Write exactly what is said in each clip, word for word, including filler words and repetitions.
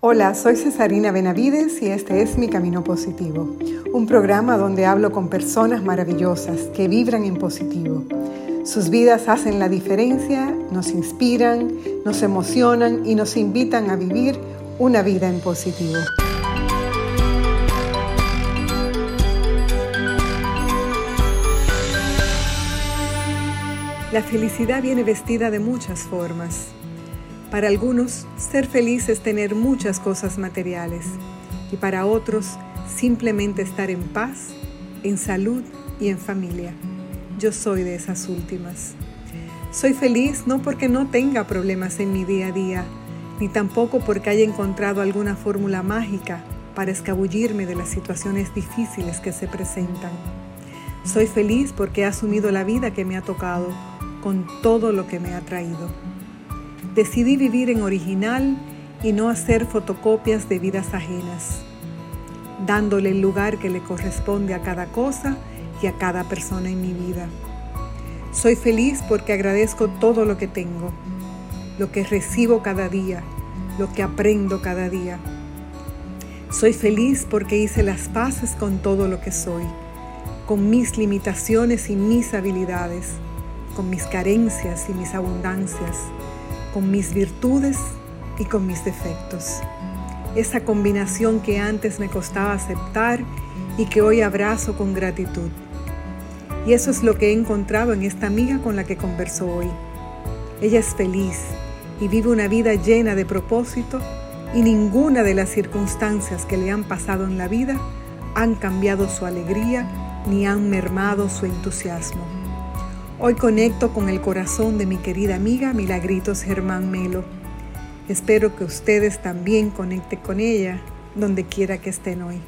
Hola, soy Cesarina Benavides y este es Mi Camino Positivo, un programa donde hablo con personas maravillosas que vibran en positivo. Sus vidas hacen la diferencia, nos inspiran, nos emocionan y nos invitan a vivir una vida en positivo. La felicidad viene vestida de muchas formas. Para algunos, ser feliz es tener muchas cosas materiales y para otros, simplemente estar en paz, en salud y en familia. Yo soy de esas últimas. Soy feliz no porque no tenga problemas en mi día a día, ni tampoco porque haya encontrado alguna fórmula mágica para escabullirme de las situaciones difíciles que se presentan. Soy feliz porque he asumido la vida que me ha tocado con todo lo que me ha traído. Decidí vivir en original y no hacer fotocopias de vidas ajenas, dándole el lugar que le corresponde a cada cosa y a cada persona en mi vida. Soy feliz porque agradezco todo lo que tengo, lo que recibo cada día, lo que aprendo cada día. Soy feliz porque hice las paces con todo lo que soy, con mis limitaciones y mis habilidades, con mis carencias y mis abundancias, con mis virtudes y con mis defectos. Esa combinación que antes me costaba aceptar y que hoy abrazo con gratitud. Y eso es lo que he encontrado en esta amiga con la que converso hoy. Ella es feliz y vive una vida llena de propósito y ninguna de las circunstancias que le han pasado en la vida han cambiado su alegría ni han mermado su entusiasmo. Hoy conecto con el corazón de mi querida amiga Milagritos Germán Melo. Espero que ustedes también conecten con ella donde quiera que estén hoy.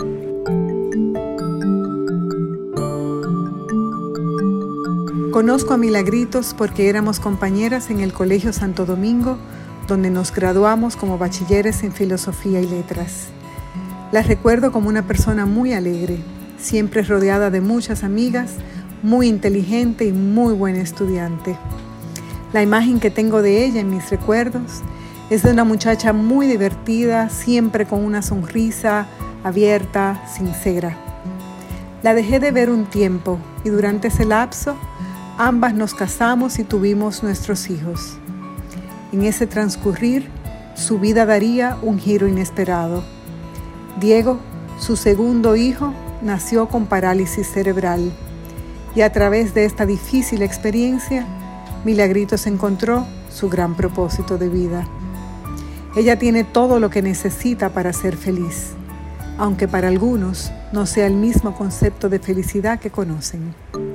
Conozco a Milagritos porque éramos compañeras en el Colegio Santo Domingo, donde nos graduamos como bachilleres en Filosofía y Letras. La recuerdo como una persona muy alegre, siempre rodeada de muchas amigas, muy inteligente y muy buena estudiante. La imagen que tengo de ella en mis recuerdos es de una muchacha muy divertida, siempre con una sonrisa abierta, sincera. La dejé de ver un tiempo y durante ese lapso ambas nos casamos y tuvimos nuestros hijos. En ese transcurrir, su vida daría un giro inesperado. Diego, su segundo hijo, nació con parálisis cerebral. Y a través de esta difícil experiencia, Milagritos encontró su gran propósito de vida. Ella tiene todo lo que necesita para ser feliz, aunque para algunos no sea el mismo concepto de felicidad que conocen.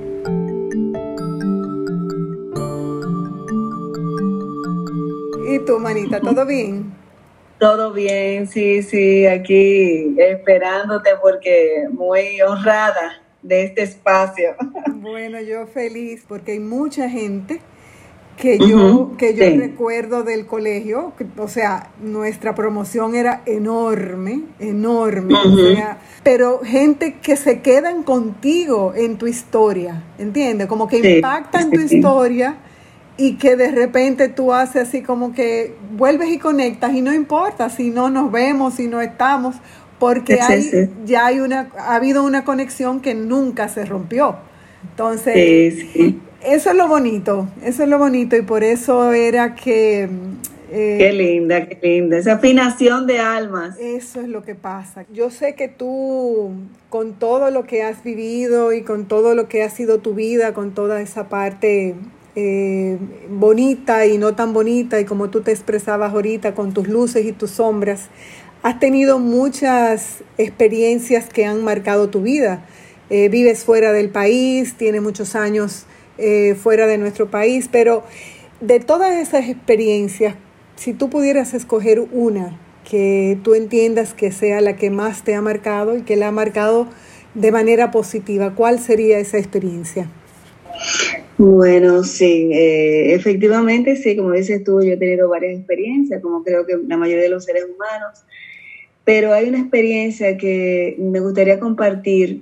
¿Y tú, manita, todo bien? Todo bien, sí, sí, aquí esperándote porque muy honrada de este espacio. Bueno, yo feliz porque hay mucha gente que yo, uh-huh, que yo sí. recuerdo del colegio, que, o sea, nuestra promoción era enorme, enorme, uh-huh. o sea, pero gente que se quedan contigo en tu historia, ¿entiendes? Como que sí, impactan sí, tu sí. historia y que de repente tú haces así como que vuelves y conectas y no importa si no nos vemos, si no estamos, porque hay, sí, sí. ya hay una, ha habido una conexión que nunca se rompió. Entonces, sí, sí. eso es lo bonito, eso es lo bonito y por eso era que... Eh, qué linda, qué linda, esa afinación de almas. Eso es lo que pasa. Yo sé que tú, con todo lo que has vivido y con todo lo que ha sido tu vida, con toda esa parte eh, bonita y no tan bonita y como tú te expresabas ahorita con tus luces y tus sombras, has tenido muchas experiencias que han marcado tu vida. Eh, vives fuera del país, tienes muchos años eh, fuera de nuestro país, pero de todas esas experiencias, si tú pudieras escoger una que tú entiendas que sea la que más te ha marcado y que la ha marcado de manera positiva, ¿cuál sería esa experiencia? Bueno, sí, eh, efectivamente, sí, como dices tú, yo he tenido varias experiencias, como creo que la mayoría de los seres humanos, pero hay una experiencia que me gustaría compartir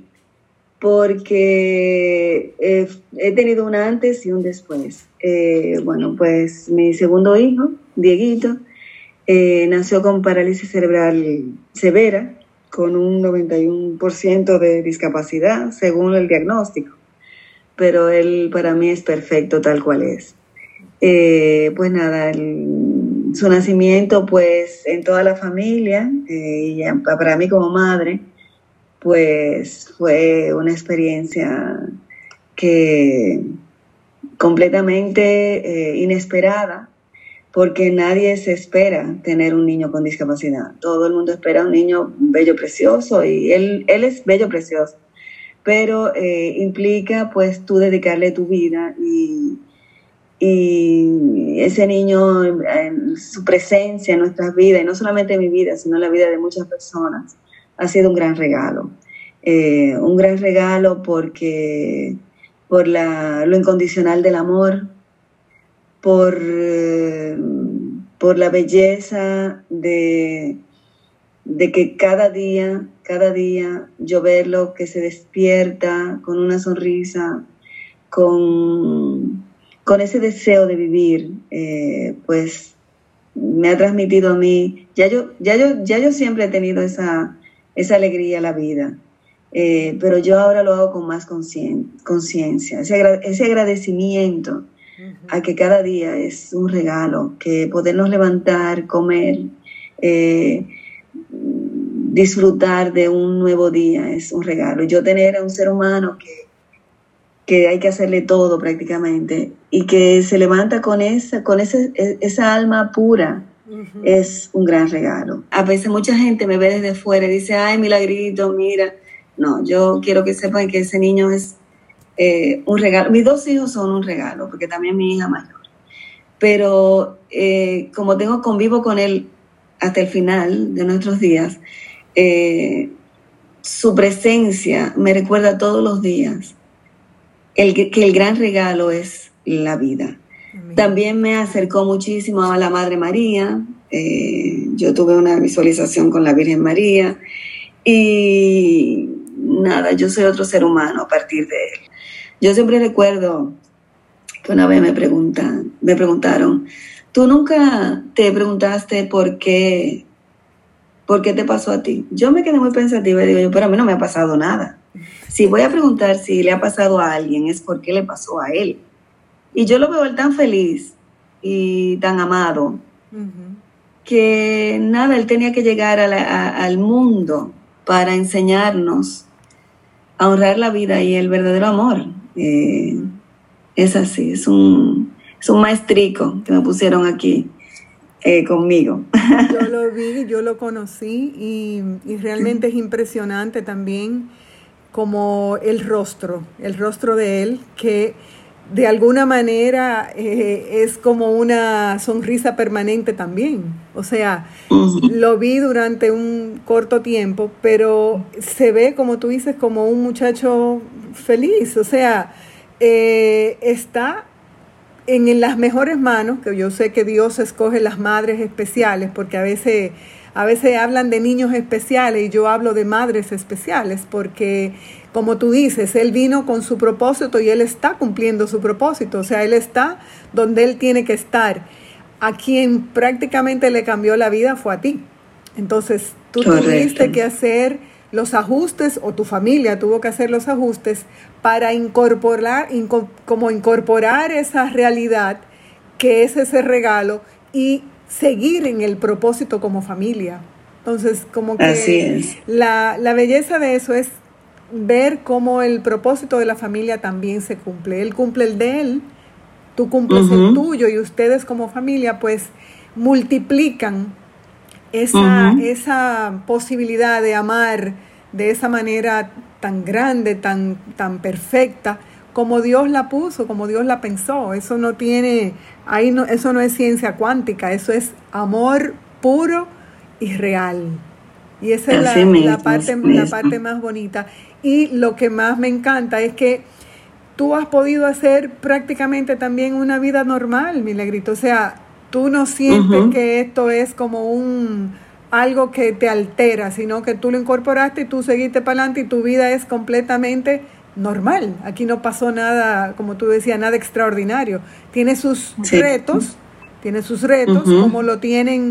porque eh, he tenido un antes y un después. Eh, bueno, pues mi segundo hijo, Dieguito, Eh, nació con parálisis cerebral severa, con un noventa y uno por ciento de discapacidad, según el diagnóstico. Pero él para mí es perfecto tal cual es. Eh, pues nada, el, su nacimiento pues en toda la familia, eh, y para mí como madre, pues fue una experiencia que completamente eh, inesperada, porque nadie se espera tener un niño con discapacidad. Todo el mundo espera un niño bello, precioso, y él, él es bello, precioso. Pero eh, implica, pues, tú dedicarle tu vida, y, y ese niño, en, en su presencia en nuestras vidas, y no solamente en mi vida, sino en la vida de muchas personas, ha sido un gran regalo. Eh, un gran regalo porque por la, lo incondicional del amor, por, eh, por la belleza de, de que cada día, cada día yo verlo que se despierta con una sonrisa, con, con ese deseo de vivir, eh, pues me ha transmitido a mí, ya yo, ya yo, ya yo siempre he tenido esa, esa alegría a la vida, eh, pero yo ahora lo hago con más conciencia, ese, ese agradecimiento a que cada día es un regalo, que podernos levantar, comer, eh, disfrutar de un nuevo día es un regalo. Yo tener a un ser humano que, que hay que hacerle todo prácticamente, y que se levanta con esa, con ese, esa alma pura, uh-huh, es un gran regalo. A veces mucha gente me ve desde fuera y dice, ay, milagrito, mira. No, yo quiero que sepan que ese niño es Eh, un regalo. Mis dos hijos son un regalo, porque también mi hija mayor. Pero eh, como tengo convivo con él hasta el final de nuestros días, eh, su presencia me recuerda todos los días el, que el gran regalo es la vida. Amén. También me acercó muchísimo a la Madre María. Eh, yo tuve una visualización con la Virgen María y nada, yo soy otro ser humano a partir de él. Yo siempre recuerdo que una vez me preguntan, me preguntaron, ¿tú nunca te preguntaste por qué, por qué te pasó a ti? Yo me quedé muy pensativa y digo yo, pero a mí no me ha pasado nada. Si voy a preguntar si le ha pasado a alguien, es porque le pasó a él. Y yo lo veo él tan feliz y tan amado, uh-huh, que nada, él tenía que llegar a la, a, al mundo para enseñarnos a honrar la vida y el verdadero amor. Eh, es así, es un, es un maestrico que me pusieron aquí eh, conmigo. Yo lo vi, yo lo conocí y, y realmente es impresionante también como el rostro, el rostro de él, que de alguna manera eh, es como una sonrisa permanente también. O sea, uh-huh, lo vi durante un corto tiempo, pero se ve, como tú dices, como un muchacho feliz. O sea, eh, está en, en las mejores manos, que yo sé que Dios escoge las madres especiales, porque a veces, a veces hablan de niños especiales y yo hablo de madres especiales, porque como tú dices, él vino con su propósito y él está cumpliendo su propósito. O sea, él está donde él tiene que estar. A quien prácticamente le cambió la vida fue a ti. Entonces, tú Correcto. tuviste que hacer los ajustes, o tu familia tuvo que hacer los ajustes para incorporar, inco, como incorporar esa realidad que es ese regalo y seguir en el propósito como familia. Entonces, como que Así es. La, la belleza de eso es ver cómo el propósito de la familia también se cumple. Él cumple el de él, tú cumples uh-huh. el tuyo, y ustedes como familia pues multiplican esa, uh-huh. esa posibilidad de amar de esa manera tan grande, tan, tan perfecta, como Dios la puso, como Dios la pensó. Eso no tiene, ahí no, eso no es ciencia cuántica, eso es amor puro y real. Y esa es la, mismo, la, parte, la parte más bonita. Y lo que más me encanta es que tú has podido hacer prácticamente también una vida normal, Milagrito. O sea, tú no sientes uh-huh. que esto es como un algo que te altera, sino que tú lo incorporaste y tú seguiste para adelante y tu vida es completamente normal. Aquí no pasó nada, como tú decías, nada extraordinario. Tiene sus sí. retos, tiene sus retos, uh-huh. como lo tienen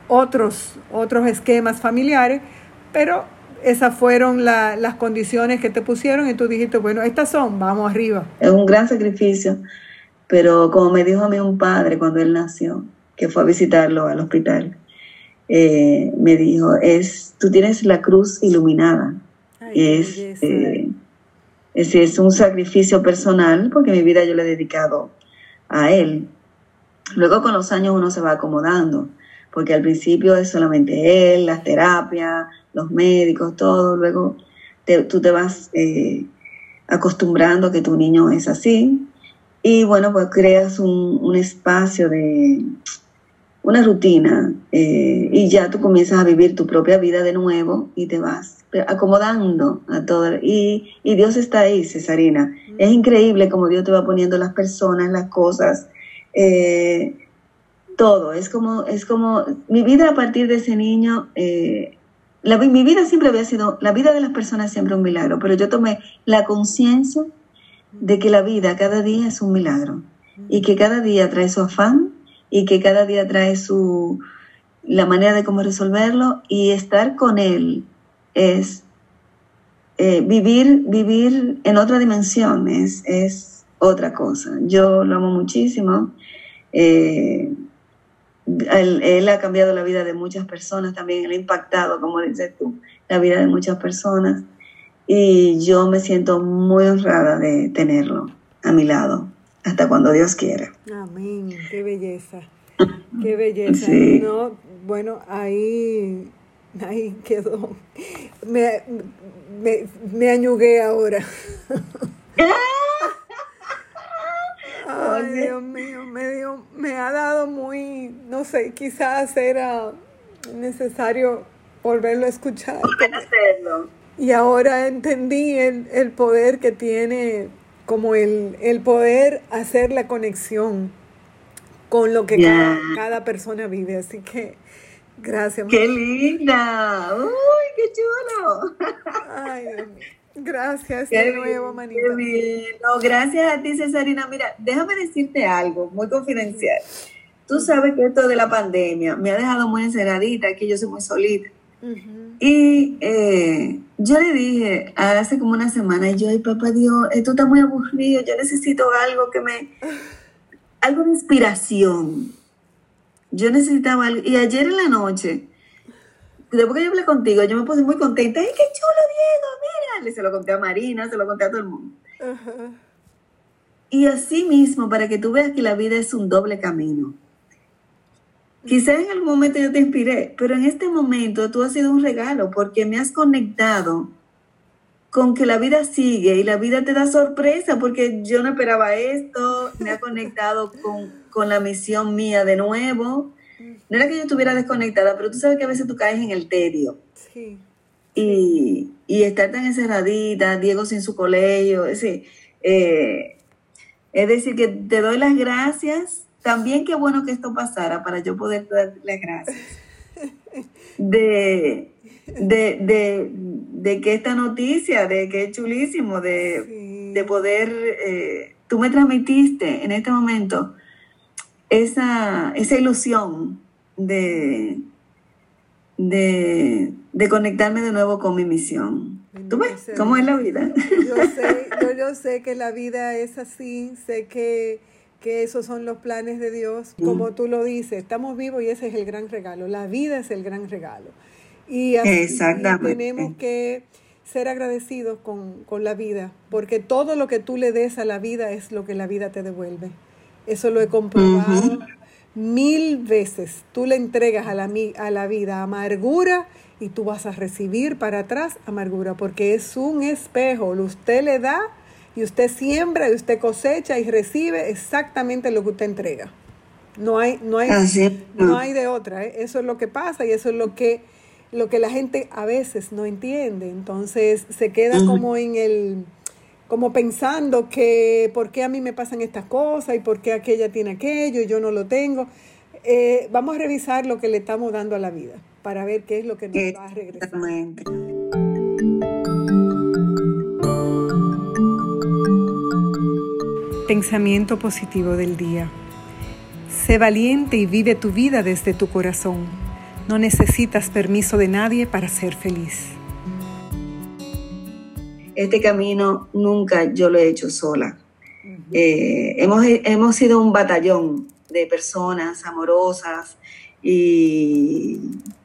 otros, otros esquemas familiares, pero esas fueron la, las condiciones que te pusieron y tú dijiste, bueno, estas son, vamos arriba. Es un gran sacrificio, pero como me dijo a mí un padre cuando él nació, que fue a visitarlo al hospital, eh, me dijo, es, tú tienes la cruz iluminada. Ay, es, eh, es, es un sacrificio personal, porque mi vida yo le he dedicado a él. Luego con los años uno se va acomodando, porque al principio es solamente él, las terapias, los médicos, todo. Luego te, tú te vas eh, acostumbrando a que tu niño es así. Y bueno, pues creas un, un espacio de una rutina eh, y ya tú comienzas a vivir tu propia vida de nuevo y te vas acomodando a todo. Y, y Dios está ahí, Cesarina. Mm. Es increíble cómo Dios te va poniendo las personas, las cosas, eh, todo. Es como, es como mi vida a partir de ese niño. Eh, la, mi vida siempre había sido, la vida de las personas siempre un milagro, pero yo tomé la conciencia de que la vida cada día es un milagro y que cada día trae su afán y que cada día trae su la manera de cómo resolverlo, y estar con él es eh, vivir vivir en otra dimensión, es, es otra cosa. Yo lo amo muchísimo. Eh, él, él ha cambiado la vida de muchas personas también, él ha impactado, como dices tú, la vida de muchas personas. Y yo me siento muy honrada de tenerlo a mi lado, hasta cuando Dios quiera. Amén, qué belleza, qué belleza. Sí. No, bueno, ahí, ahí quedó. Me, me, me añugué ahora. Ay, Dios mío, me, dio, me ha dado muy, no sé, quizás era necesario volverlo a escuchar. Volver a hacerlo. Y ahora entendí el, el poder que tiene, como el, el poder hacer la conexión con lo que yeah. cada, cada persona vive. Así que, gracias. ¡Qué linda! ¡Uy, qué chulo! Ay, Dios mío. Gracias qué de bien, nuevo, manita. Qué bien. No, gracias a ti, Cesarina. Mira, déjame decirte algo muy confidencial. Tú sabes que esto de la pandemia me ha dejado muy encerradita, que yo soy muy solita. Uh-huh. Y eh, yo le dije hace como una semana, y yo, ay, papá Dios, esto está muy aburrido, yo necesito algo que me, algo de inspiración. Yo necesitaba algo. Y ayer en la noche, después que yo hablé contigo, yo me puse muy contenta. ¡Ay, qué chulo, Diego! Mira, le se lo conté a Marina, se lo conté a todo el mundo. Uh-huh. Y así mismo, para que tú veas que la vida es un doble camino. Quizás en algún momento yo te inspiré, pero en este momento tú has sido un regalo, porque me has conectado con que la vida sigue y la vida te da sorpresa, porque yo no esperaba esto. Me ha conectado con, con la misión mía de nuevo. No era que yo estuviera desconectada, pero tú sabes que a veces tú caes en el tedio. Sí. Y, y estar tan encerradita, Diego sin su colegio, es decir, eh, es decir, que te doy las gracias. También qué bueno que esto pasara para yo poder dar las gracias de, de, de, de que esta noticia, de que es chulísimo, de, sí. de poder, eh, tú me transmitiste en este momento esa, esa ilusión de, de, de conectarme de nuevo con mi misión. ¿Tú ves cómo es la vida? Yo sé, yo, yo sé que la vida es así, sé que que esos son los planes de Dios, como tú lo dices, estamos vivos y ese es el gran regalo, la vida es el gran regalo. Y, así, Exactamente. y tenemos que ser agradecidos con, con la vida, porque todo lo que tú le des a la vida es lo que la vida te devuelve. Eso lo he comprobado uh-huh. mil veces. Tú le entregas a la, a la vida amargura y tú vas a recibir para atrás amargura, porque es un espejo, usted le da y usted siembra y usted cosecha y recibe exactamente lo que usted entrega. No hay, no hay, Así. no hay de otra, ¿eh? Eso es lo que pasa y eso es lo que, lo que la gente a veces no entiende. Entonces se queda uh-huh. como en el, como pensando que por qué a mí me pasan estas cosas y por qué aquella tiene aquello y yo no lo tengo. Eh, vamos a revisar lo que le estamos dando a la vida para ver qué es lo que nos va a regresar. Exactamente. Pensamiento positivo del día. Sé valiente y vive tu vida desde tu corazón. No necesitas permiso de nadie para ser feliz. Este camino nunca yo lo he hecho sola. Uh-huh. Eh, hemos, hemos sido un batallón de personas amorosas y,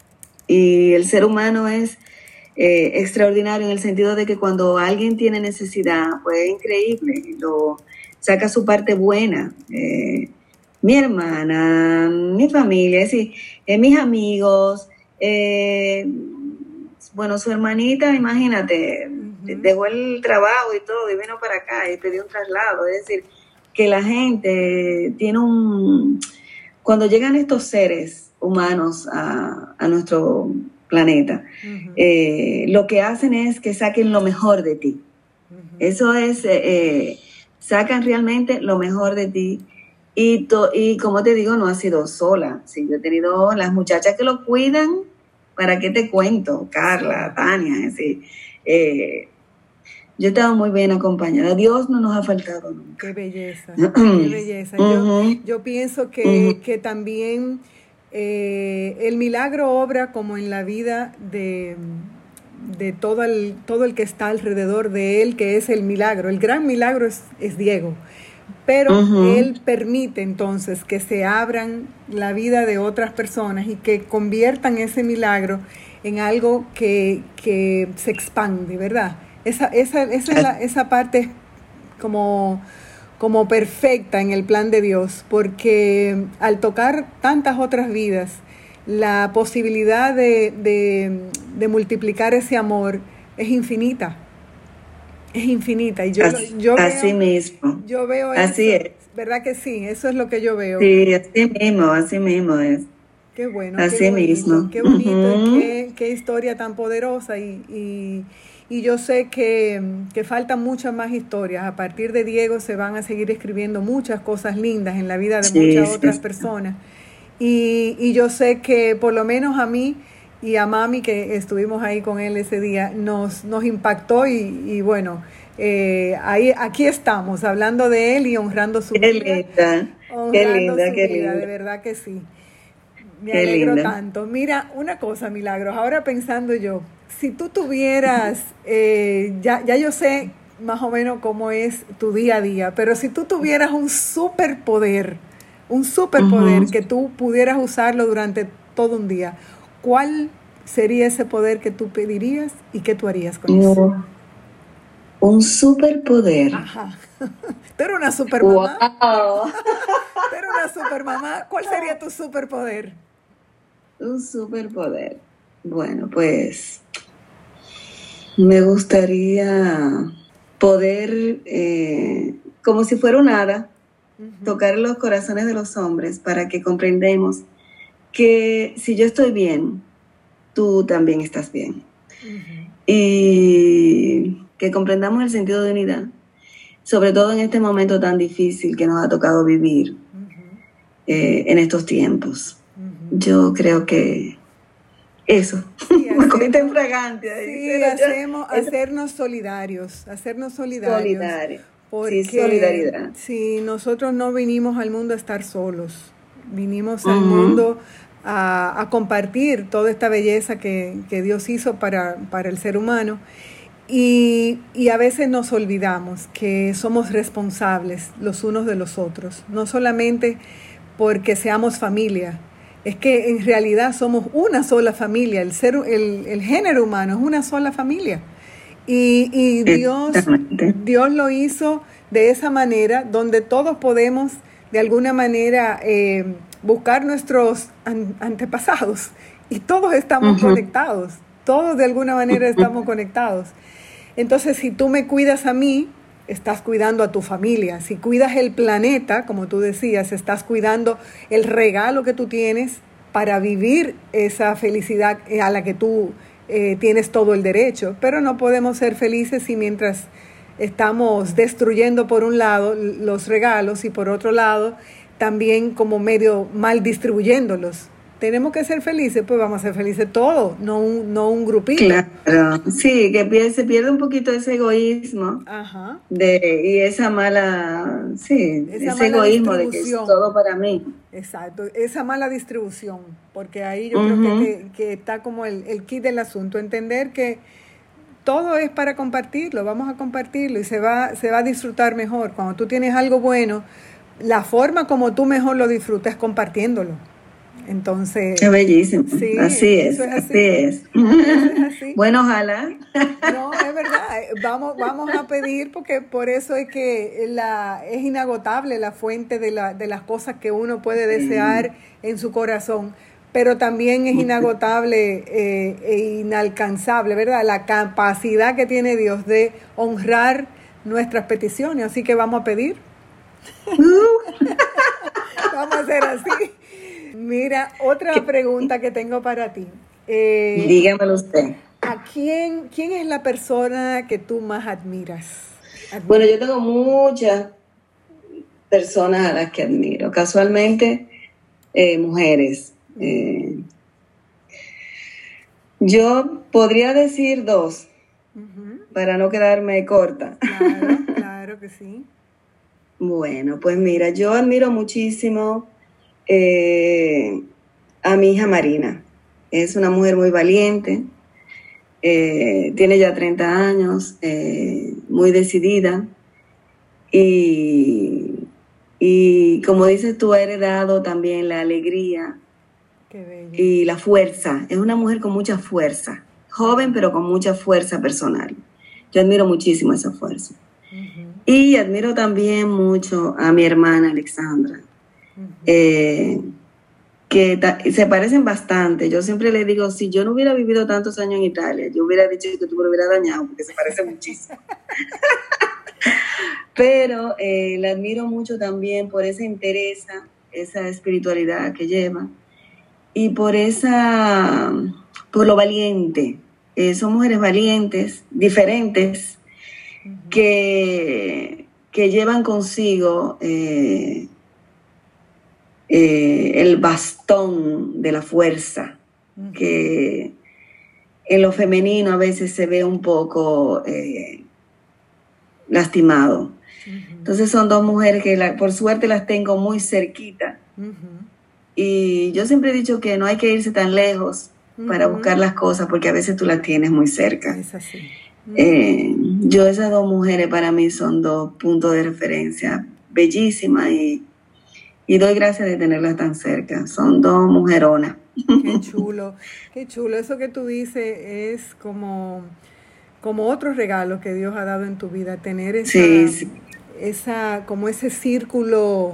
y el ser humano es eh, extraordinario en el sentido de que cuando alguien tiene necesidad, pues es increíble, lo, saca su parte buena. Eh, mi hermana, mi familia, es decir, eh, mis amigos, eh, bueno, su hermanita, imagínate, uh-huh. dejó el trabajo y todo y vino para acá y pidió un traslado. Es decir, que la gente tiene un... Cuando llegan estos seres humanos a, a nuestro planeta, uh-huh. eh, lo que hacen es que saquen lo mejor de ti. Uh-huh. Eso es, eh, sacan realmente lo mejor de ti. Y, to, y como te digo, no ha sido sola. Sí, yo he tenido las muchachas que lo cuidan. ¿Para qué te cuento? Carla, Tania, es decir, eh, yo he estado muy bien acompañada. Dios no nos ha faltado nunca. Qué belleza, qué belleza. Yo, uh-huh. yo pienso que, uh-huh. que también eh, el milagro obra como en la vida de, de todo, el, todo el que está alrededor de él, que es el milagro. El gran milagro es, es Diego. Pero uh-huh. él permite entonces que se abran la vida de otras personas y que conviertan ese milagro en algo que, que se expande, ¿verdad? Esa, esa, esa, es la, esa parte como, como perfecta en el plan de Dios, porque al tocar tantas otras vidas, la posibilidad de, de, de multiplicar ese amor es infinita. Es infinita y yo, así, yo veo, así mismo. Yo veo así eso, es. ¿Verdad que sí? Eso es lo que yo veo. Sí, así mismo, así mismo es. Qué bueno. Así qué bonito, mismo. Qué bonito, uh-huh. qué, qué historia tan poderosa y, y, y yo sé que, que faltan muchas más historias. A partir de Diego se van a seguir escribiendo muchas cosas lindas en la vida de sí, muchas sí, otras sí. personas. Y, y yo sé que por lo menos a mí y a Mami, que estuvimos ahí con él ese día, nos, nos impactó y, y bueno... Eh, ahí, aquí estamos hablando de él y honrando su qué vida. Linda, honrando qué linda, su qué vida, linda. de verdad que sí. Me qué alegro linda. tanto. Mira, una cosa, Milagros, ahora pensando yo, si tú tuvieras, eh, ya, ya yo sé más o menos cómo es tu día a día, pero si tú tuvieras un superpoder, un superpoder uh-huh. que tú pudieras usarlo durante todo un día, ¿cuál sería ese poder que tú pedirías y qué tú harías con uh-huh. eso? Un superpoder. Ajá. Tú eres una supermamá. Wow. Tú eres una supermamá. ¿Cuál sería tu superpoder? Un superpoder. Bueno, pues me gustaría poder, eh, como si fuera un hada, uh-huh. tocar los corazones de los hombres para que comprendamos que si yo estoy bien, tú también estás bien. Uh-huh. Y que comprendamos el sentido de unidad, sobre todo en este momento tan difícil que nos ha tocado vivir uh-huh. eh, en estos tiempos. Uh-huh. Yo creo que eso, sí, me cogiste en fragante. Sí, hacemos, yo, hacernos solidarios, hacernos solidarios. Solidario. Porque sí, solidaridad. Si nosotros no vinimos al mundo a estar solos, vinimos uh-huh. al mundo a, a compartir toda esta belleza que, que Dios hizo para, para el ser humano. Y, y a veces nos olvidamos que somos responsables los unos de los otros, no solamente porque seamos familia, es que en realidad somos una sola familia, el, ser, el, el género humano es una sola familia. Y, y Dios, Dios lo hizo de esa manera, donde todos podemos de alguna manera eh, buscar nuestros an, antepasados y todos estamos uh-huh. conectados, todos de alguna manera estamos conectados. Entonces, si tú me cuidas a mí, estás cuidando a tu familia. Si cuidas el planeta, como tú decías, estás cuidando el regalo que tú tienes para vivir esa felicidad a la que tú eh, tienes todo el derecho. Pero no podemos ser felices si mientras estamos destruyendo por un lado los regalos y por otro lado también como medio mal distribuyéndolos. tenemos que ser felices, pues vamos a ser felices todos, no un, no un grupito. Claro, sí, que pierde, se pierde un poquito ese egoísmo. Ajá. De, y esa mala, sí, esa ese mala egoísmo de que es todo para mí. Exacto, esa mala distribución, porque ahí yo uh-huh. creo que, que, que está como el, el kit del asunto, entender que todo es para compartirlo, vamos a compartirlo y se va, se va a disfrutar mejor. Cuando tú tienes algo bueno, la forma como tú mejor lo disfrutas es compartiéndolo. Entonces, es bellísimo. Sí, así es, es así. así es. es así. Bueno, ojalá. No, es verdad. Vamos, vamos a pedir porque por eso es que la es inagotable la fuente de, la, de las cosas que uno puede desear en su corazón, pero también es inagotable eh, e inalcanzable, ¿verdad? La capacidad que tiene Dios de honrar nuestras peticiones. Así que vamos a pedir. Uh. Vamos a hacer así. Mira, otra pregunta que tengo para ti. Eh, Dígamelo usted. ¿A quién, quién es la persona que tú más admiras? admiras? Bueno, yo tengo muchas personas a las que admiro. Casualmente, eh, mujeres. Eh, yo podría decir dos, uh-huh. para no quedarme corta. Claro, claro que sí. Bueno, pues mira, yo admiro muchísimo Eh, a mi hija Marina. Es una mujer muy valiente, eh, tiene ya treinta años, eh, muy decidida y, y como dices tú, ha heredado también la alegría. Qué bello. Y la fuerza. Es una mujer con mucha fuerza, joven pero con mucha fuerza personal. Yo admiro muchísimo esa fuerza. Uh-huh. Y admiro también mucho a mi hermana Alexandra. Eh, que ta- se parecen bastante. Yo siempre le digo, si yo no hubiera vivido tantos años en Italia, yo hubiera dicho que tú me lo hubieras dañado, porque se parecen muchísimo. Pero eh, la admiro mucho también por esa entereza, esa espiritualidad que lleva, y por esa, por lo valiente. Eh, son mujeres valientes, diferentes, uh-huh. que, que llevan consigo eh, Eh, el bastón de la fuerza, uh-huh. que en lo femenino a veces se ve un poco eh, lastimado. Uh-huh. Entonces son dos mujeres que la, por suerte las tengo muy cerquita. Uh-huh. Y yo siempre he dicho que no hay que irse tan lejos uh-huh. para buscar las cosas, porque a veces tú las tienes muy cerca. Es así. Uh-huh. Eh, yo esas dos mujeres para mí son dos puntos de referencia bellísimas y Y doy gracias de tenerlas tan cerca. Son dos mujeronas. Qué chulo, qué chulo. Eso que tú dices es como, como otro regalo que Dios ha dado en tu vida. Tener esa, sí, sí. esa como ese círculo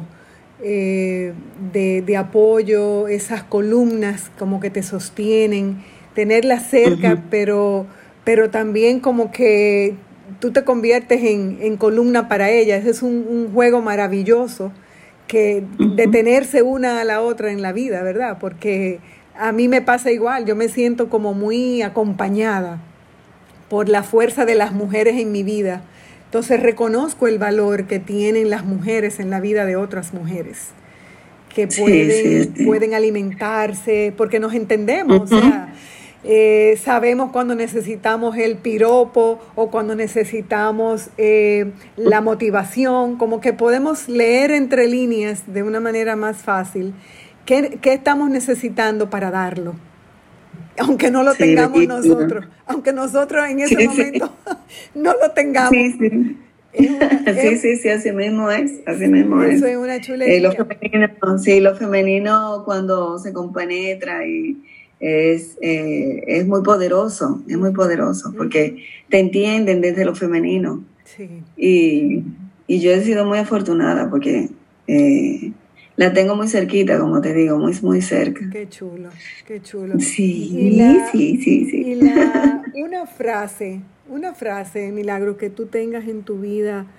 eh, de, de apoyo, esas columnas como que te sostienen. Tenerlas cerca, uh-huh. pero, pero también como que tú te conviertes en, en columna para ellas. Ese es un, un juego maravilloso. Que detenerse una a la otra en la vida, ¿verdad? Porque a mí me pasa igual, yo me siento como muy acompañada por la fuerza de las mujeres en mi vida. Entonces reconozco el valor que tienen las mujeres en la vida de otras mujeres, que pueden, sí, sí, sí. pueden alimentarse, porque nos entendemos, uh-huh. o sea, Eh, sabemos cuando necesitamos el piropo o cuando necesitamos eh, la motivación, como que podemos leer entre líneas de una manera más fácil qué, qué estamos necesitando para darlo, aunque no lo sí, tengamos sí, nosotros, sí. aunque nosotros en ese sí, momento sí. no lo tengamos. Sí, sí. Es una, sí, es, sí, sí, así mismo es, así mismo eso es. Eso es una chulería. Eh, lo femenino, sí, lo femenino cuando se compenetra y Es, eh, es muy poderoso, es muy poderoso, porque te entienden desde lo femenino. Sí. Y, y yo he sido muy afortunada porque eh, la tengo muy cerquita, como te digo, muy, muy cerca. Qué chulo, qué chulo. Sí, y la, sí, sí, sí. Y la, una frase, una frase, Milagro, que tú tengas en tu vida,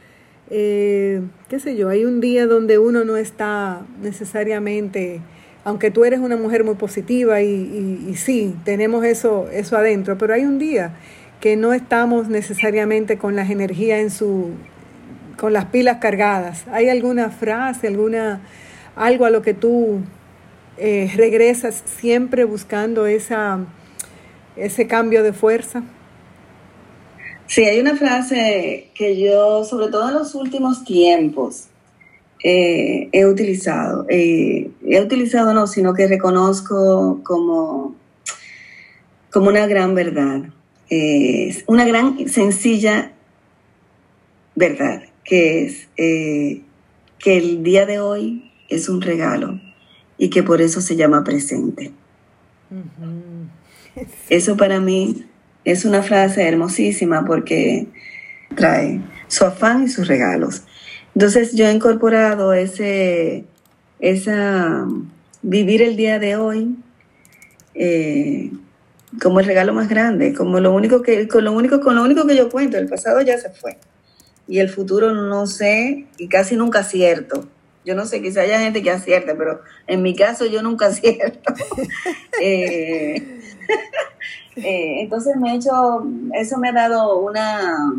eh, qué sé yo, hay un día donde uno no está necesariamente... Aunque tú eres una mujer muy positiva y, y, y sí, tenemos eso, eso adentro, pero hay un día que no estamos necesariamente con las energías en su, con las pilas cargadas. ¿Hay alguna frase, alguna, algo a lo que tú eh, regresas siempre buscando esa, ese cambio de fuerza? Sí, hay una frase que yo, sobre todo en los últimos tiempos, eh, he utilizado. Eh, he utilizado no, sino que reconozco como, como una gran verdad. Eh, una gran, sencilla verdad, que es eh, que el día de hoy es un regalo y que por eso se llama presente. Uh-huh. Eso para mí es una frase hermosísima porque trae su afán y sus regalos. Entonces yo he incorporado ese, esa, vivir el día de hoy eh, como el regalo más grande, como lo único que, con lo único, con lo único que yo cuento. El pasado ya se fue y el futuro no sé y casi nunca acierto. Yo no sé, quizá haya gente que acierte, pero en mi caso yo nunca acierto. eh, eh, entonces me he hecho, eso me ha dado una,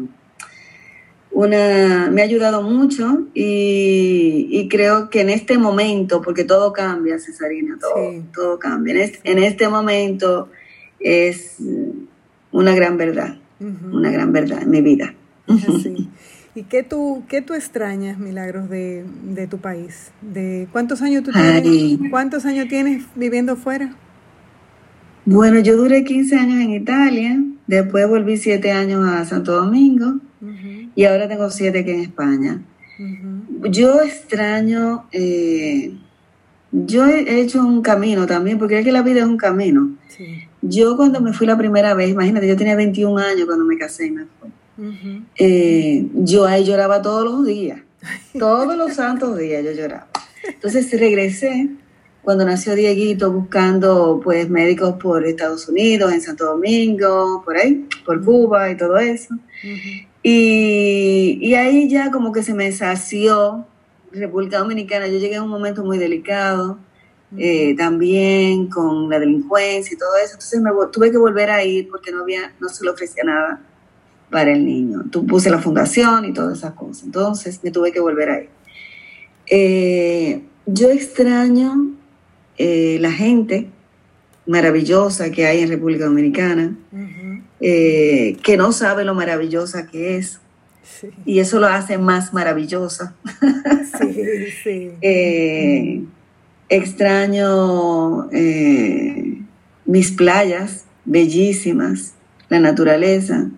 una, me ha ayudado mucho y, y creo que en este momento, porque todo cambia, Cesarina, todo, sí. todo cambia. En este, en este momento es una gran verdad, uh-huh. una gran verdad en mi vida. Así. ¿Y qué tú, qué tú extrañas, Milagros, de, de tu país? ¿De cuántos años tú tienes? Ay. ¿Cuántos años tienes viviendo fuera? Bueno, yo duré quince años en Italia, después volví siete años a Santo Domingo uh-huh. y ahora tengo siete aquí en España. Uh-huh. Yo extraño, eh, yo he hecho un camino también, porque es que la vida es un camino. Sí. Yo cuando me fui la primera vez, imagínate, yo tenía veintiún años cuando me casé y me fui. Uh-huh. Eh, yo ahí lloraba todos los días, todos los santos días yo lloraba. Entonces regresé cuando nació Dieguito buscando pues médicos por Estados Unidos, en Santo Domingo, por ahí, por uh-huh. Cuba y todo eso. Uh-huh. Y, y ahí ya como que se me sació República Dominicana. Yo llegué a un momento muy delicado, uh-huh. eh, también con la delincuencia y todo eso. Entonces me tuve que volver a ir porque no había, no se le ofrecía nada para el niño. Tú puse la fundación y todas esas cosas. Entonces me tuve que volver a ir. Eh, yo extraño eh, la gente maravillosa que hay en República Dominicana, uh-huh. eh, que no sabe lo maravillosa que es. Sí. Y eso lo hace más maravillosa. Sí, sí. eh, uh-huh. Extraño eh, mis playas bellísimas, la naturaleza.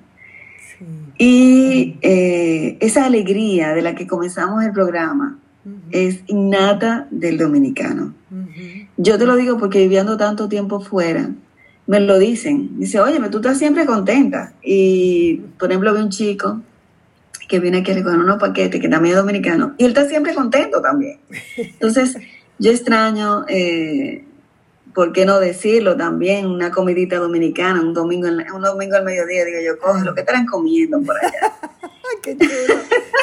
Y eh, esa alegría de la que comenzamos el programa uh-huh. es innata del dominicano. Uh-huh. Yo te lo digo porque viviendo tanto tiempo fuera, me lo dicen. Dice, oye, tú estás siempre contenta. Y, por ejemplo, vi un chico que viene aquí a recoger unos paquetes, que también es dominicano, y él está siempre contento también. Entonces, yo extraño... Eh, ¿por qué no decirlo también? Una comidita dominicana, un domingo en, un domingo al mediodía, digo yo, coge lo que estarán comiendo por allá. ¡Qué chulo!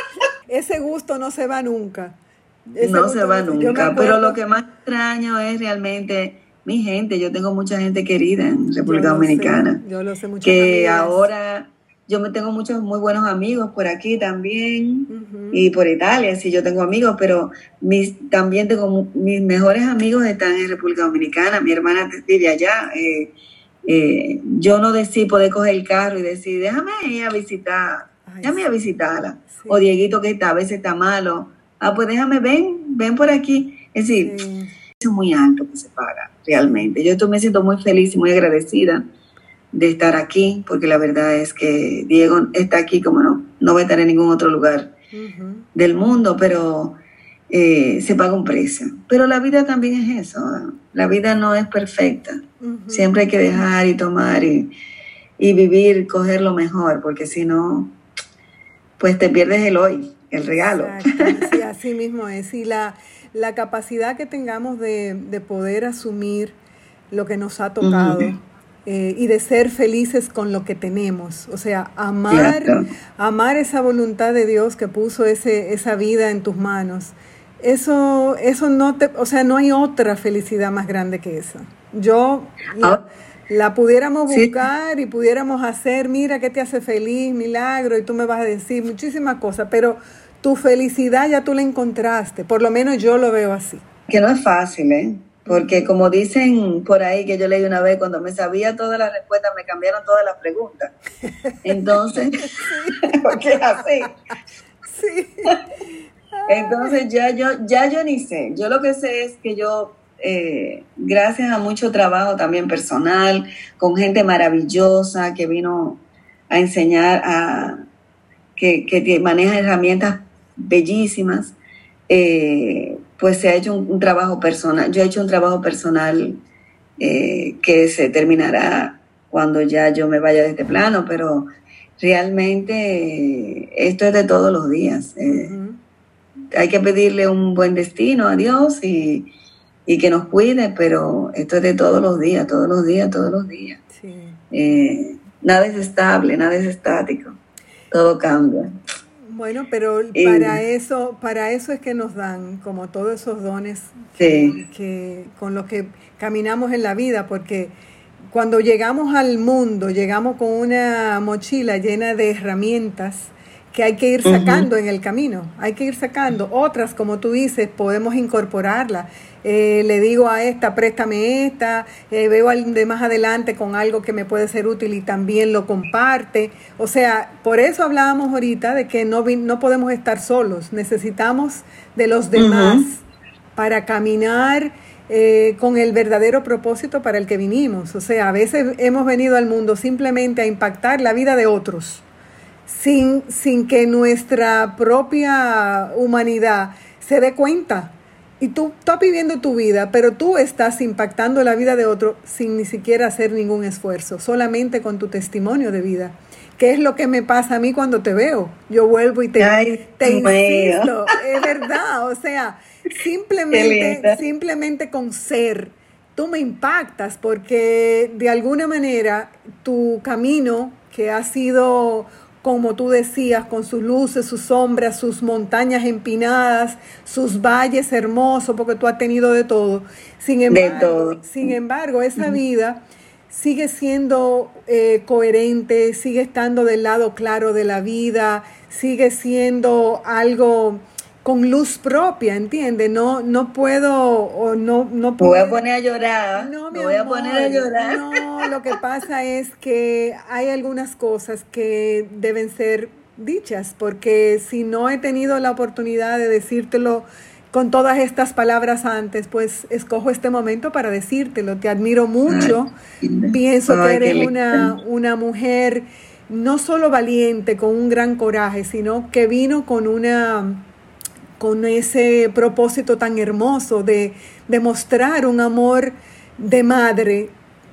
Ese gusto no se va nunca. Ese no se va nunca, pero lo que más extraño es realmente mi gente. Yo tengo mucha gente querida en República yo Dominicana. Sé, yo lo sé, muchas que amigas. Ahora yo me tengo muchos muy buenos amigos por aquí también uh-huh. y por Italia, sí, yo tengo amigos, pero mis, también tengo mis mejores amigos están en República Dominicana. Mi hermana vive allá. Eh, eh, yo no decidí poder coger el carro y decir, déjame ir a visitar, Ay, déjame ir a visitarla. Sí. O Dieguito que está, a veces está malo. Ah, pues déjame, ven, ven por aquí. Es decir, sí. es muy alto que se paga realmente. Yo me siento muy feliz y muy agradecida de estar aquí, porque la verdad es que Diego está aquí como no, no va a estar en ningún otro lugar uh-huh. del mundo, pero eh, se paga un precio. Pero la vida también es eso, ¿no? La vida no es perfecta. Uh-huh. Siempre hay que dejar y tomar y, y vivir, coger lo mejor, porque si no, pues te pierdes el hoy, el regalo. Exacto. Sí, así mismo es. Y la, la capacidad que tengamos de, de poder asumir lo que nos ha tocado, uh-huh. Eh, y de ser felices con lo que tenemos, o sea, amar, claro. amar esa voluntad de Dios que puso ese, esa vida en tus manos. Eso, eso no te, o sea, no hay otra felicidad más grande que esa. Yo la, la pudiéramos buscar sí. y pudiéramos hacer, mira qué te hace feliz, Milagro, y tú me vas a decir muchísimas cosas, pero tu felicidad ya tú la encontraste, por lo menos yo lo veo así. Que no es fácil, ¿eh? Porque como dicen por ahí que yo leí una vez, cuando me sabía todas las respuestas, me cambiaron todas las preguntas. Entonces, porque es así. Sí. Entonces ya yo, ya yo ni sé. Yo lo que sé es que yo, eh, gracias a mucho trabajo también personal, con gente maravillosa que vino a enseñar, a que, que maneja herramientas bellísimas, eh, pues se ha hecho un, un trabajo personal. Yo he hecho un trabajo personal eh, que se terminará cuando ya yo me vaya de este plano, pero realmente eh, esto es de todos los días. Eh, uh-huh. Hay que pedirle un buen destino a Dios y, y que nos cuide, pero esto es de todos los días, todos los días, todos los días. Sí. Eh, nada es estable, nada es estático, todo cambia. Bueno, pero y, para eso, para eso es que nos dan como todos esos dones que, sí. que con los que caminamos en la vida, porque cuando llegamos al mundo, llegamos con una mochila llena de herramientas que hay que ir sacando uh-huh. en el camino, hay que ir sacando. Otras, como tú dices, podemos incorporarlas. Eh, le digo a esta, préstame esta, eh, veo al de más adelante con algo que me puede ser útil y también lo comparte. O sea, por eso hablábamos ahorita de que no, no podemos estar solos, necesitamos de los demás uh-huh. para caminar eh, con el verdadero propósito para el que vinimos. O sea, a veces hemos venido al mundo simplemente a impactar la vida de otros, sin, sin que nuestra propia humanidad se dé cuenta. Y tú estás viviendo tu vida, pero tú estás impactando la vida de otro sin ni siquiera hacer ningún esfuerzo, solamente con tu testimonio de vida. ¿Qué es lo que me pasa a mí cuando te veo? Yo vuelvo y te, Ay, te insisto, es verdad, o sea, simplemente, simplemente con ser, tú me impactas porque de alguna manera tu camino que ha sido, como tú decías, con sus luces, sus sombras, sus montañas empinadas, sus valles hermosos, porque tú has tenido de todo. Sin embargo, de todo. Sin embargo, esa vida sigue siendo eh, coherente, sigue estando del lado claro de la vida, sigue siendo algo con luz propia, ¿entiendes? No, no puedo, o no, no puedo. Me voy a poner a llorar. No, me voy amor, a poner a llorar. No, lo que pasa es que hay algunas cosas que deben ser dichas, porque si no he tenido la oportunidad de decírtelo con todas estas palabras antes, pues escojo este momento para decírtelo. Te admiro mucho. Ay, Pienso ay, que eres una, una mujer no solo valiente, con un gran coraje, sino que vino con una... con ese propósito tan hermoso de, de mostrar un amor de madre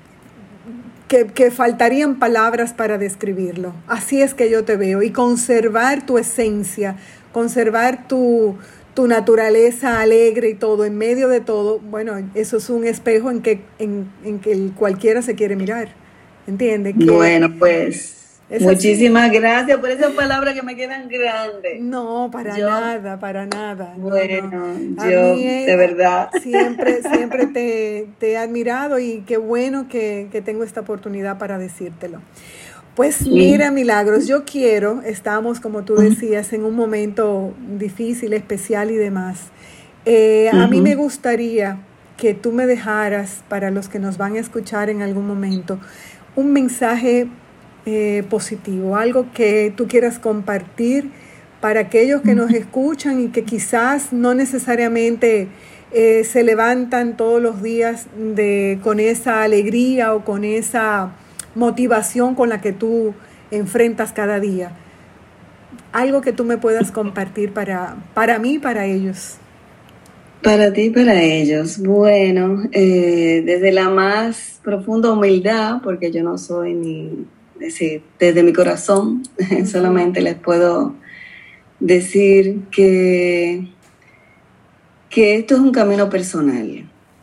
que, que faltarían palabras para describirlo. Así es que yo te veo, y conservar tu esencia, conservar tu, tu naturaleza alegre y todo, en medio de todo, bueno, eso es un espejo en que, en, en que cualquiera se quiere mirar, ¿entiendes? Que, bueno, pues... muchísimas así. Gracias por esas palabras que me quedan grandes. No, para yo, nada, para nada. Bueno, no, no. yo mí, de verdad. Siempre, siempre te, te he admirado y qué bueno que, que tengo esta oportunidad para decírtelo. Pues sí. Mira, Milagros, yo quiero, estamos, como tú decías, en un momento difícil, especial y demás. Eh, uh-huh. A mí me gustaría que tú me dejaras, para los que nos van a escuchar en algún momento, un mensaje Eh, positivo, algo que tú quieras compartir para aquellos que nos escuchan y que quizás no necesariamente eh, se levantan todos los días de, con esa alegría o con esa motivación con la que tú enfrentas cada día. Algo que tú me puedas compartir para, para mí y para ellos. Para ti y para ellos. Bueno, eh, desde la más profunda humildad, porque yo no soy ni... decir, desde mi corazón, uh-huh. solamente les puedo decir que, que esto es un camino personal,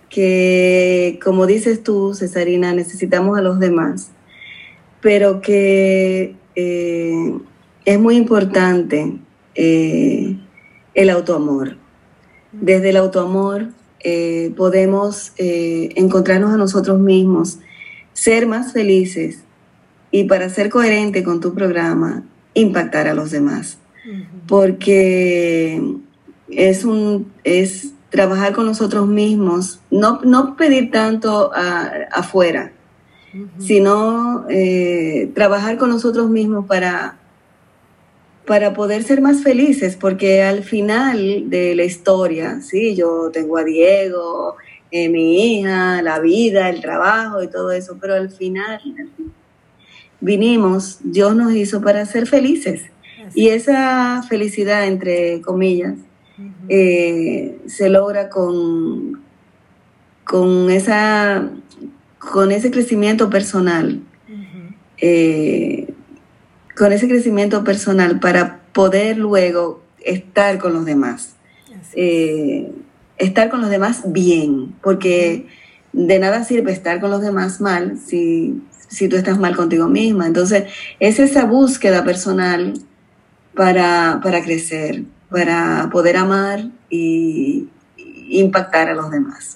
que como dices tú, Cesarina, necesitamos a los demás, pero que eh, es muy importante eh, el autoamor. Desde el autoamor eh, podemos eh, encontrarnos a nosotros mismos, ser más felices, y para ser coherente con tu programa, impactar a los demás. Uh-huh. Porque es, un, es trabajar con nosotros mismos, no, no pedir tanto a, afuera, uh-huh. sino eh, trabajar con nosotros mismos para, para poder ser más felices, porque al final de la historia, sí, yo tengo a Diego, eh, mi hija, la vida, el trabajo y todo eso, pero al final vinimos, Dios nos hizo para ser felices. Así. Y esa felicidad, entre comillas, uh-huh. eh, se logra con, con, esa, con ese crecimiento personal, uh-huh. eh, con ese crecimiento personal para poder luego estar con los demás. Eh, estar con los demás bien, porque uh-huh. de nada sirve estar con los demás mal si, si tú estás mal contigo misma. Entonces, es esa búsqueda personal para, para crecer, para poder amar y, y impactar a los demás.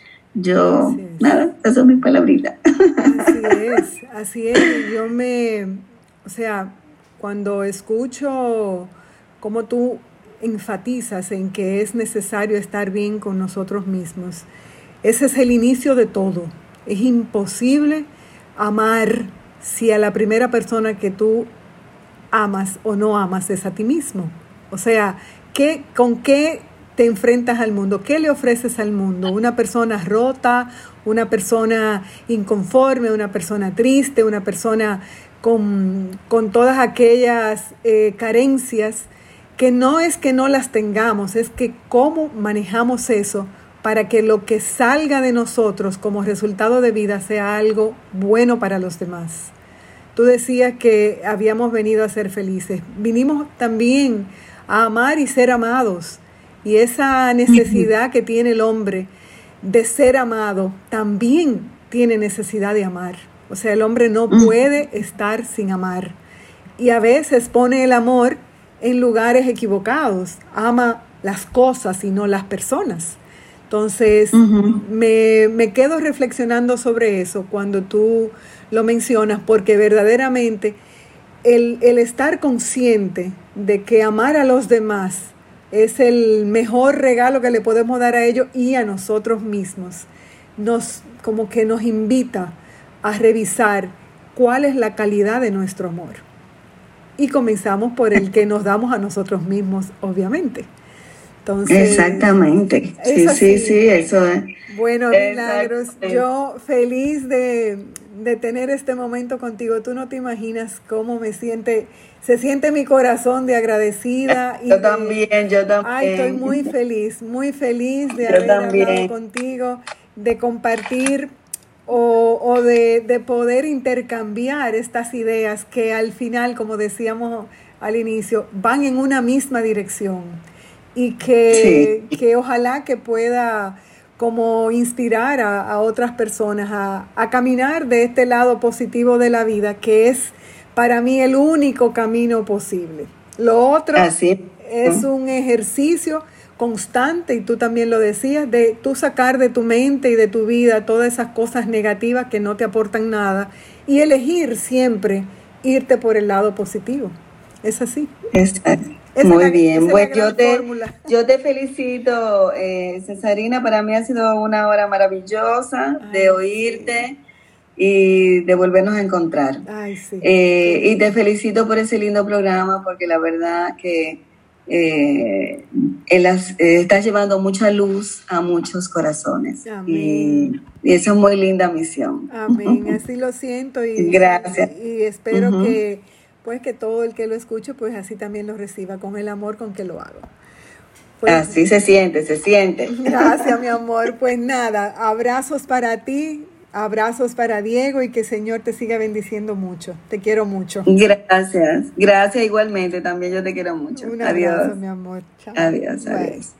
Yo, es. nada, esas son mis palabritas. Así es, así es. Yo me, o sea, cuando escucho cómo tú enfatizas en que es necesario estar bien con nosotros mismos, ese es el inicio de todo. Es imposible amar si a la primera persona que tú amas o no amas es a ti mismo. O sea, ¿qué, ¿con qué te enfrentas al mundo? ¿Qué le ofreces al mundo? ¿Una persona rota? ¿Una persona inconforme? ¿Una persona triste? ¿Una persona con, con todas aquellas eh, carencias? Que no es que no las tengamos, es que cómo manejamos eso para que lo que salga de nosotros como resultado de vida sea algo bueno para los demás. Tú decías que habíamos venido a ser felices. Vinimos también a amar y ser amados. Y esa necesidad que tiene el hombre de ser amado también tiene necesidad de amar. O sea, el hombre no puede estar sin amar. Y a veces pone el amor en lugares equivocados. Ama las cosas y no las personas. Entonces, uh-huh. me, me quedo reflexionando sobre eso cuando tú lo mencionas, porque verdaderamente el, el estar consciente de que amar a los demás es el mejor regalo que le podemos dar a ellos y a nosotros mismos, nos, como que nos invita a revisar cuál es la calidad de nuestro amor. Y comenzamos por el que nos damos a nosotros mismos, obviamente. Entonces, exactamente, sí, sí, sí, eso es. Bueno, Milagros, yo feliz de, de tener este momento contigo. Tú no te imaginas cómo me siente, se siente mi corazón de agradecida. Y yo de, también, yo también. Ay, estoy muy feliz, muy feliz de yo haber también. hablado contigo, de compartir o, o de, de poder intercambiar estas ideas que al final, como decíamos al inicio, van en una misma dirección. Y que, sí. que ojalá que pueda como inspirar a, a otras personas a, a caminar de este lado positivo de la vida, que es para mí el único camino posible. Lo otro Así. es un ejercicio constante, y tú también lo decías, de tú sacar de tu mente y de tu vida todas esas cosas negativas que no te aportan nada y elegir siempre irte por el lado positivo. Es así. Exacto. Esa Muy la, bien, pues yo te, yo te felicito, eh, Cesarina, para mí ha sido una hora maravillosa Ay, de oírte sí. y de volvernos a encontrar. Ay, sí. eh, y te felicito por ese lindo programa, porque la verdad que eh, las, eh, estás llevando mucha luz a muchos corazones. Amén. Y, y esa es muy linda misión. Amén, así lo siento y, Gracias. y, y espero uh-huh. que pues que todo el que lo escuche, pues así también lo reciba con el amor con que lo hago. Pues, así se siente, se siente. Gracias, mi amor. Pues nada, abrazos para ti, abrazos para Diego y que el Señor te siga bendiciendo mucho. Te quiero mucho. Gracias, gracias igualmente. También yo te quiero mucho. Un adiós. abrazo, mi amor. Chao. Adiós, Bye. adiós.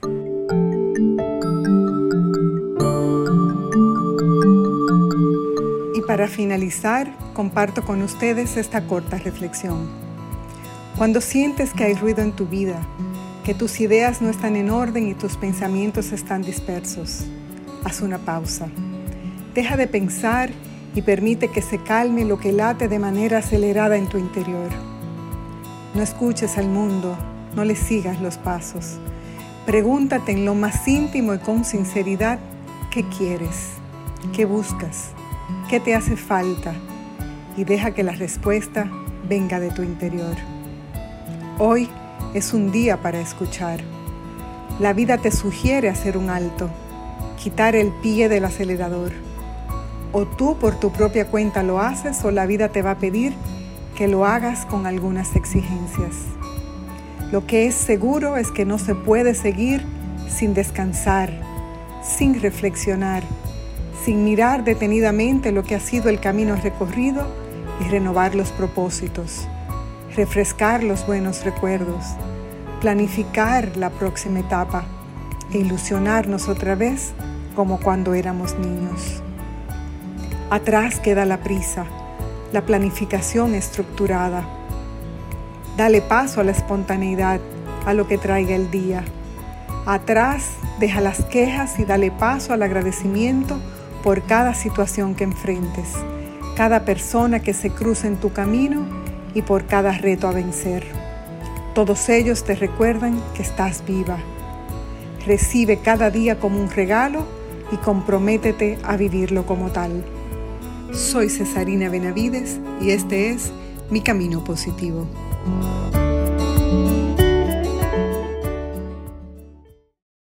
Y para finalizar, comparto con ustedes esta corta reflexión. Cuando sientes que hay ruido en tu vida, que tus ideas no están en orden y tus pensamientos están dispersos, haz una pausa. Deja de pensar y permite que se calme lo que late de manera acelerada en tu interior. No escuches al mundo, no le sigas los pasos. Pregúntate en lo más íntimo y con sinceridad qué quieres, qué buscas, qué te hace falta y deja que la respuesta venga de tu interior. Hoy es un día para escuchar. La vida te sugiere hacer un alto, quitar el pie del acelerador. O tú por tu propia cuenta lo haces o la vida te va a pedir que lo hagas con algunas exigencias. Lo que es seguro es que no se puede seguir sin descansar, sin reflexionar, sin mirar detenidamente lo que ha sido el camino recorrido y renovar los propósitos, refrescar los buenos recuerdos, planificar la próxima etapa e ilusionarnos otra vez como cuando éramos niños. Atrás queda la prisa, la planificación estructurada. Dale paso a la espontaneidad, a lo que traiga el día. Atrás deja las quejas y dale paso al agradecimiento por cada situación que enfrentes, cada persona que se cruza en tu camino y por cada reto a vencer. Todos ellos te recuerdan que estás viva. Recibe cada día como un regalo y comprométete a vivirlo como tal. Soy Cesarina Benavides y este es Mi Camino Positivo.